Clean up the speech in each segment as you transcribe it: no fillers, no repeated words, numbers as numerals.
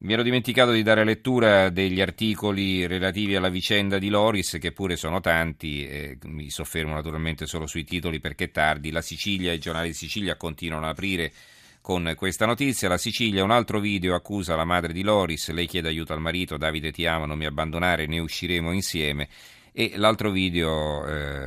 Mi ero dimenticato di dare lettura degli articoli relativi alla vicenda di Loris, che pure sono tanti, e mi soffermo naturalmente solo sui titoli perché è tardi. La Sicilia, i giornali di Sicilia continuano ad aprire con questa notizia. La Sicilia, un altro video accusa la madre di Loris, lei chiede aiuto al marito, Davide ti amo, non mi abbandonare, ne usciremo insieme. E l'altro video,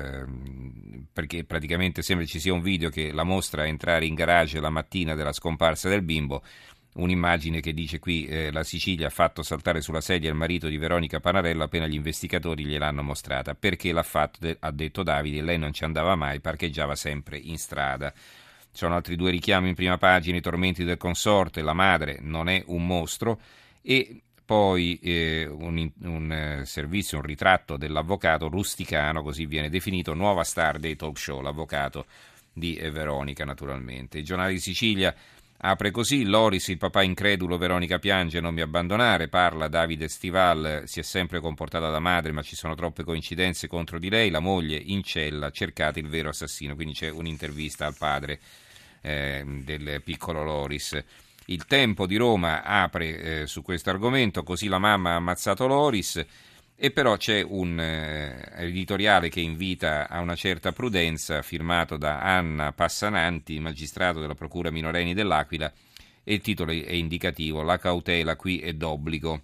perché praticamente sembra ci sia un video che la mostra entrare in garage la mattina della scomparsa del bimbo. Un'immagine che dice qui la Sicilia ha fatto saltare sulla sedia il marito di Veronica Panarello appena gli investigatori gliel'hanno mostrata. Perché l'ha fatto? Ha detto Davide, lei non ci andava mai, parcheggiava sempre in strada. Ci sono altri due richiami in prima pagina, i tormenti del consorte, la madre non è un mostro, e poi un servizio, un ritratto dell'avvocato rusticano, così viene definito, nuova star dei talk show, l'avvocato di Veronica naturalmente. Il giornale di Sicilia apre così: Loris, il papà incredulo, Veronica piange, non mi abbandonare, parla Davide Stival, si è sempre comportata da madre ma ci sono troppe coincidenze contro di lei, la moglie in cella, cercate il vero assassino, quindi c'è un'intervista al padre del piccolo Loris. Il Tempo di Roma apre su questo argomento, così la mamma ha ammazzato Loris. E però c'è un editoriale che invita a una certa prudenza, firmato da Anna Passananti, magistrato della Procura minorenni dell'Aquila, e il titolo è indicativo: la cautela qui è d'obbligo.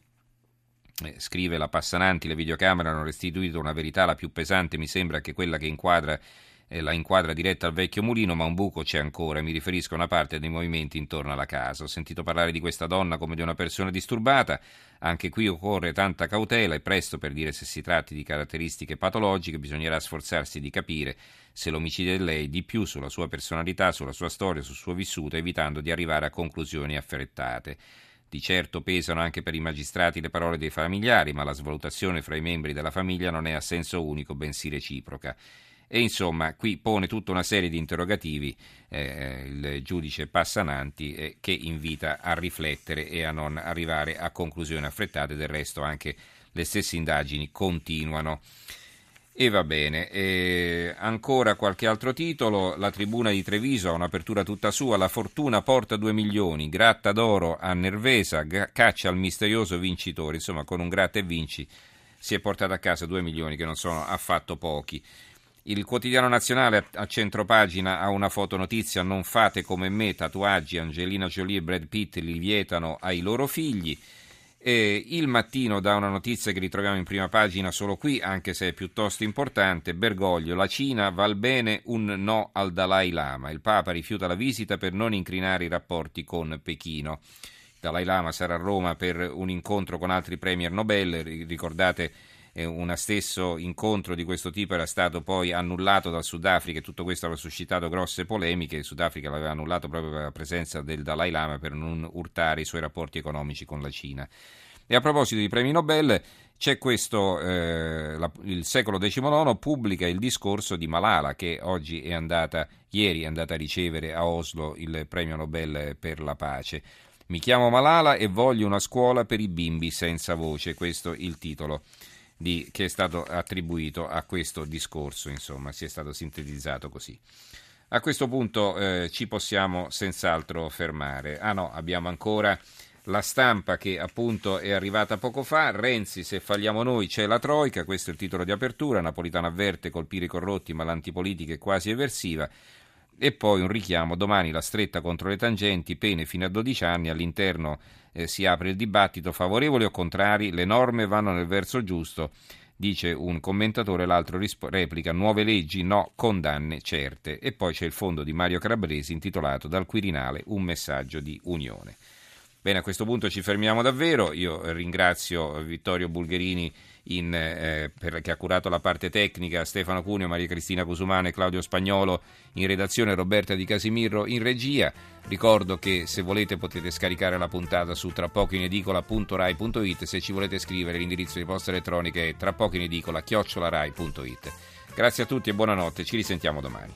Scrive la Passananti, le videocamere hanno restituito una verità la più pesante, mi sembra che quella che la inquadra diretta al vecchio mulino, ma un buco c'è ancora, mi riferisco a una parte dei movimenti intorno alla casa. Ho sentito parlare di questa donna come di una persona disturbata, anche qui occorre tanta cautela, è presto per dire se si tratti di caratteristiche patologiche, bisognerà sforzarsi di capire se l'omicidio è lei, di più sulla sua personalità, sulla sua storia, sul suo vissuto, evitando di arrivare a conclusioni affrettate. Di certo pesano anche per i magistrati le parole dei familiari, ma la svalutazione fra i membri della famiglia non è a senso unico, bensì reciproca. E insomma, qui pone tutta una serie di interrogativi il giudice Passananti, che invita a riflettere e a non arrivare a conclusioni affrettate. Del resto anche le stesse indagini continuano. E va bene, ancora qualche altro titolo. La Tribuna di Treviso ha un'apertura tutta sua: la fortuna porta 2 milioni, gratta d'oro a Nervesa, caccia al misterioso vincitore. Insomma, con un gratta e vinci si è portato a casa 2 milioni, che non sono affatto pochi. Il Quotidiano Nazionale a centropagina ha una fotonotizia: non fate come me tatuaggi, Angelina Jolie e Brad Pitt li vietano ai loro figli. Il Mattino dà una notizia che ritroviamo in prima pagina solo qui, anche se è piuttosto importante: Bergoglio, la Cina val bene un no al Dalai Lama, il Papa rifiuta la visita per non incrinare i rapporti con Pechino. Il Dalai Lama sarà a Roma per un incontro con altri premier Nobel, ricordate. Un stesso incontro di questo tipo era stato poi annullato dal Sudafrica, e tutto questo aveva suscitato grosse polemiche. Il Sudafrica l'aveva annullato proprio per la presenza del Dalai Lama, per non urtare i suoi rapporti economici con la Cina. E a proposito di premi Nobel, c'è questo, il secolo XIX pubblica il discorso di Malala, che ieri è andata a ricevere a Oslo il premio Nobel per la pace. Mi chiamo Malala e voglio una scuola per i bimbi senza voce, questo il titolo che è stato attribuito a questo discorso, insomma, si è stato sintetizzato così. A questo punto ci possiamo senz'altro fermare. Abbiamo ancora La Stampa, che appunto è arrivata poco fa. Renzi, se falliamo noi c'è la Troika, questo è il titolo di apertura. Napolitano avverte: colpire i corrotti, ma l'antipolitica è quasi eversiva. E poi un richiamo: domani la stretta contro le tangenti, pene fino a 12 anni, all'interno si apre il dibattito, favorevoli o contrari, le norme vanno nel verso giusto, dice un commentatore, l'altro replica: nuove leggi, no, condanne certe. E poi c'è il fondo di Mario Calabresi intitolato Dal Quirinale un messaggio di unione. Bene, a questo punto ci fermiamo davvero. Io ringrazio Vittorio Bulgherini che ha curato la parte tecnica, Stefano Cuneo, Maria Cristina Cusumano e Claudio Spagnolo in redazione, Roberta Di Casimirro in regia. Ricordo che se volete potete scaricare la puntata su trapocoinedicola.rai.it. Se ci volete scrivere, l'indirizzo di posta elettronica è trapocoinedicola@rai.it. Grazie a tutti e buonanotte, ci risentiamo domani.